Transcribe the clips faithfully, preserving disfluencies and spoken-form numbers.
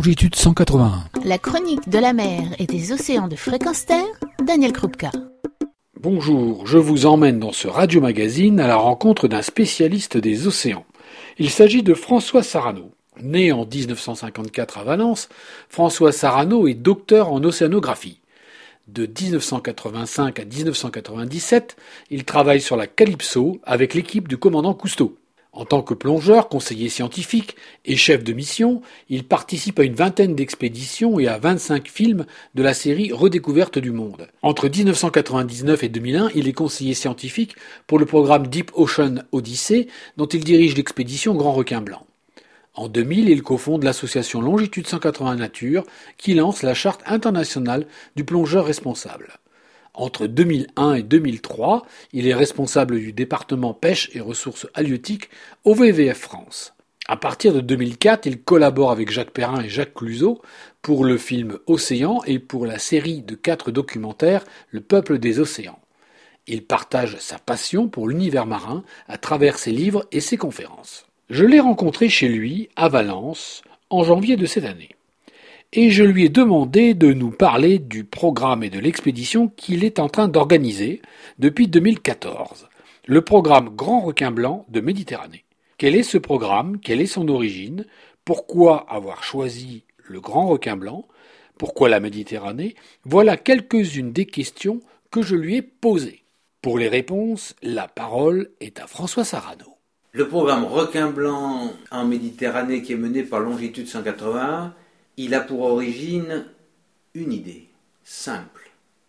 longitude cent quatre-vingt-un. La chronique de la mer et des océans de fréquence terre, Daniel Krupka. Bonjour, je vous emmène dans ce radio-magazine à la rencontre d'un spécialiste des océans. Il s'agit de François Sarano. Né en dix-neuf cent cinquante-quatre à Valence, François Sarano est docteur en océanographie. De dix-neuf cent quatre-vingt-cinq à dix-neuf cent quatre-vingt-dix-sept, il travaille sur la Calypso avec l'équipe du commandant Cousteau. En tant que plongeur, conseiller scientifique et chef de mission, il participe à une vingtaine d'expéditions et à vingt-cinq films de la série Redécouverte du monde. Entre dix-neuf cent quatre-vingt-dix-neuf et deux mille un, il est conseiller scientifique pour le programme Deep Ocean Odyssey, dont il dirige l'expédition Grand Requin Blanc. En deux mille, il cofonde l'association Longitude cent quatre-vingts Nature, qui lance la charte internationale du plongeur responsable. Entre deux mille un et deux mille trois, il est responsable du département pêche et ressources halieutiques au W W F France. À partir de deux mille quatre, il collabore avec Jacques Perrin et Jacques Cluzot pour le film Océan et pour la série de quatre documentaires Le peuple des océans. Il partage sa passion pour l'univers marin à travers ses livres et ses conférences. Je l'ai rencontré chez lui, à Valence, en janvier de cette année. Et je lui ai demandé de nous parler du programme et de l'expédition qu'il est en train d'organiser depuis deux mille quatorze, le programme Grand Requin Blanc de Méditerranée. Quel est ce programme? Quelle est son origine? Pourquoi avoir choisi le Grand Requin Blanc? Pourquoi la Méditerranée? Voilà quelques-unes des questions que je lui ai posées. Pour les réponses, la parole est à François Sarano. Le programme Requin Blanc en Méditerranée qui est mené par Longitude cent quatre-vingt-un, il a pour origine une idée simple.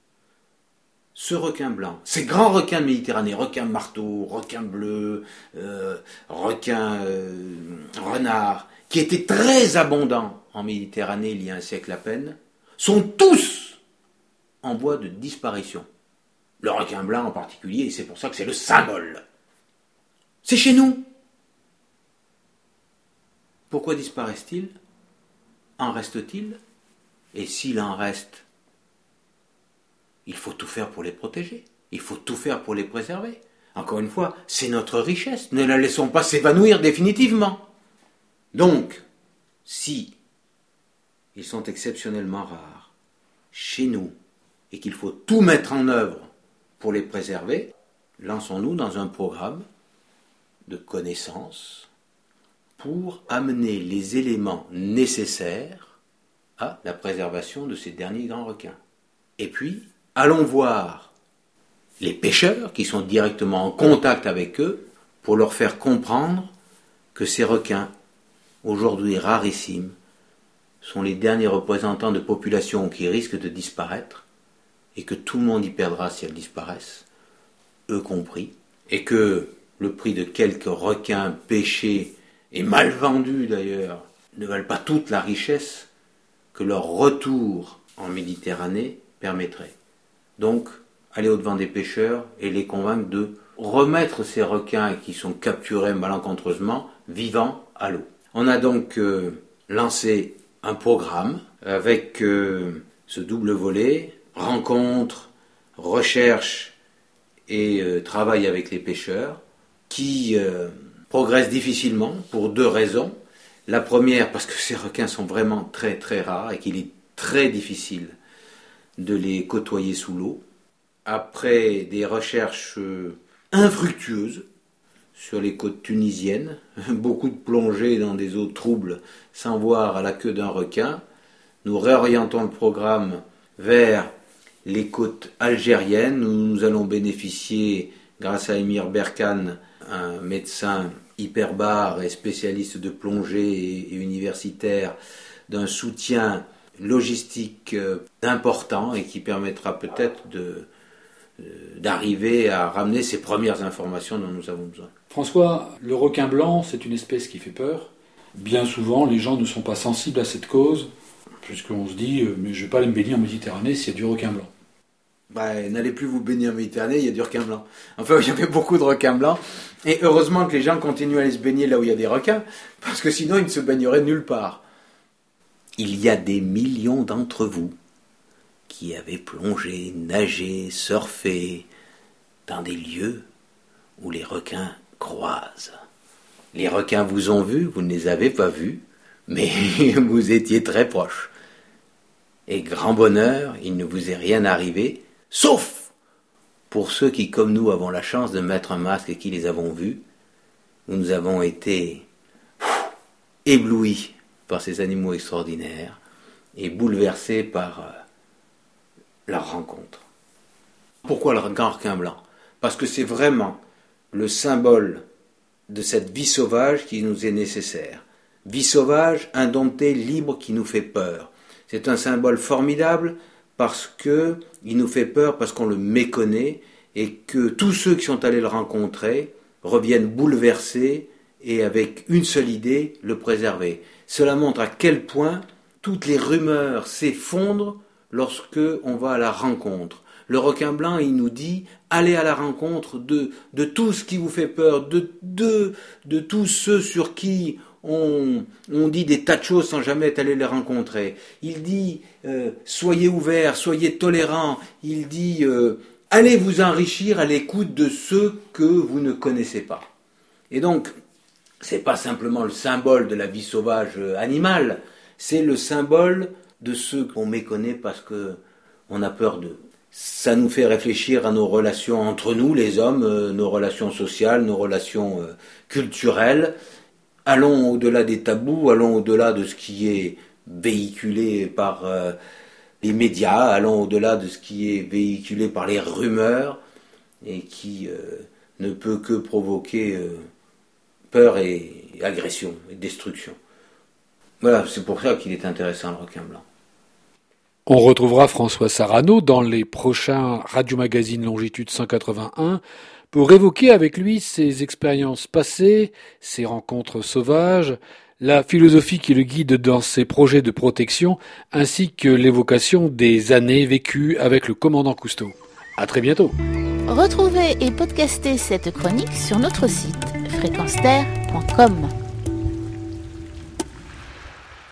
Ce requin blanc, ces grands requins de Méditerranée, requin marteau, requin bleu, euh, requin euh, renard, qui étaient très abondants en Méditerranée il y a un siècle à peine, sont tous en voie de disparition. Le requin blanc en particulier, et c'est pour ça que c'est le symbole. C'est chez nous. Pourquoi disparaissent-ils ? En reste-t-il? Et s'il en reste, il faut tout faire pour les protéger. Il faut tout faire pour les préserver. Encore une fois, c'est notre richesse. Ne la laissons pas s'évanouir définitivement. Donc, si ils sont exceptionnellement rares chez nous et qu'il faut tout mettre en œuvre pour les préserver, lançons-nous dans un programme de connaissances pour amener les éléments nécessaires à la préservation de ces derniers grands requins. Et puis, allons voir les pêcheurs qui sont directement en contact avec eux pour leur faire comprendre que ces requins, aujourd'hui rarissimes, sont les derniers représentants de populations qui risquent de disparaître et que tout le monde y perdra si elles disparaissent, eux compris, et que le prix de quelques requins pêchés et mal vendus d'ailleurs, ne valent pas toute la richesse que leur retour en Méditerranée permettrait. Donc, aller au-devant des pêcheurs et les convaincre de remettre ces requins qui sont capturés malencontreusement vivants à l'eau. On a donc euh, lancé un programme avec euh, ce double volet, rencontre, recherche et euh, travail avec les pêcheurs, qui euh, progresse difficilement pour deux raisons. La première, parce que ces requins sont vraiment très très rares et qu'il est très difficile de les côtoyer sous l'eau. Après des recherches infructueuses sur les côtes tunisiennes, beaucoup de plongées dans des eaux troubles sans voir à la queue d'un requin, nous réorientons le programme vers les côtes algériennes où nous allons bénéficier, grâce à Émir Berkane, un médecin hyperbare et spécialiste de plongée et universitaire, d'un soutien logistique important et qui permettra peut-être de, d'arriver à ramener ces premières informations dont nous avons besoin. François, le requin blanc, c'est une espèce qui fait peur. Bien souvent, les gens ne sont pas sensibles à cette cause, puisqu'on se dit « mais je ne vais pas aller me baigner en Méditerranée s'il y a du requin blanc ». Bah, n'allez plus vous baigner en Méditerranée, il y a du requin blanc. Enfin, il y avait beaucoup de requins blancs, et heureusement que les gens continuent à aller se baigner là où il y a des requins, parce que sinon ils ne se baigneraient nulle part. Il y a des millions d'entre vous qui avez plongé, nagé, surfé dans des lieux où les requins croisent. Les requins vous ont vu, vous ne les avez pas vus, mais vous étiez très proche. Et grand bonheur, il ne vous est rien arrivé, sauf pour ceux qui, comme nous, avons la chance de mettre un masque et qui les avons vus. Nous avons été pff, éblouis par ces animaux extraordinaires et bouleversés par euh, leur rencontre. Pourquoi le grand requin blanc ? Parce que c'est vraiment le symbole de cette vie sauvage qui nous est nécessaire. Vie sauvage, indomptée, libre, qui nous fait peur. C'est un symbole formidable parce que il nous fait peur, parce qu'on le méconnaît et que tous ceux qui sont allés le rencontrer reviennent bouleversés et avec une seule idée, le préserver. Cela montre à quel point toutes les rumeurs s'effondrent lorsque on va à la rencontre. Le requin blanc, il nous dit, allez à la rencontre de, de tout ce qui vous fait peur, de, de, de tous ceux sur qui on, on dit des tas de choses sans jamais être allé les rencontrer. Il dit, euh, soyez ouverts, soyez tolérants. Il dit, euh, allez vous enrichir à l'écoute de ceux que vous ne connaissez pas. Et donc, c'est pas simplement le symbole de la vie sauvage animale, c'est le symbole de ceux qu'on méconnaît parce que on a peur d'eux. Ça nous fait réfléchir à nos relations entre nous, les hommes, euh, nos relations sociales, nos relations euh, culturelles. Allons au-delà des tabous, allons au-delà de ce qui est véhiculé par euh, les médias, allons au-delà de ce qui est véhiculé par les rumeurs et qui euh, ne peut que provoquer euh, peur et, et agression et destruction. Voilà, c'est pour ça qu'il est intéressant le requin blanc. On retrouvera François Sarano dans les prochains Radio Magazine Longitude cent quatre-vingt-un pour évoquer avec lui ses expériences passées, ses rencontres sauvages, la philosophie qui le guide dans ses projets de protection, ainsi que l'évocation des années vécues avec le commandant Cousteau. À très bientôt. Retrouvez et podcastez cette chronique sur notre site fréquence terre point com.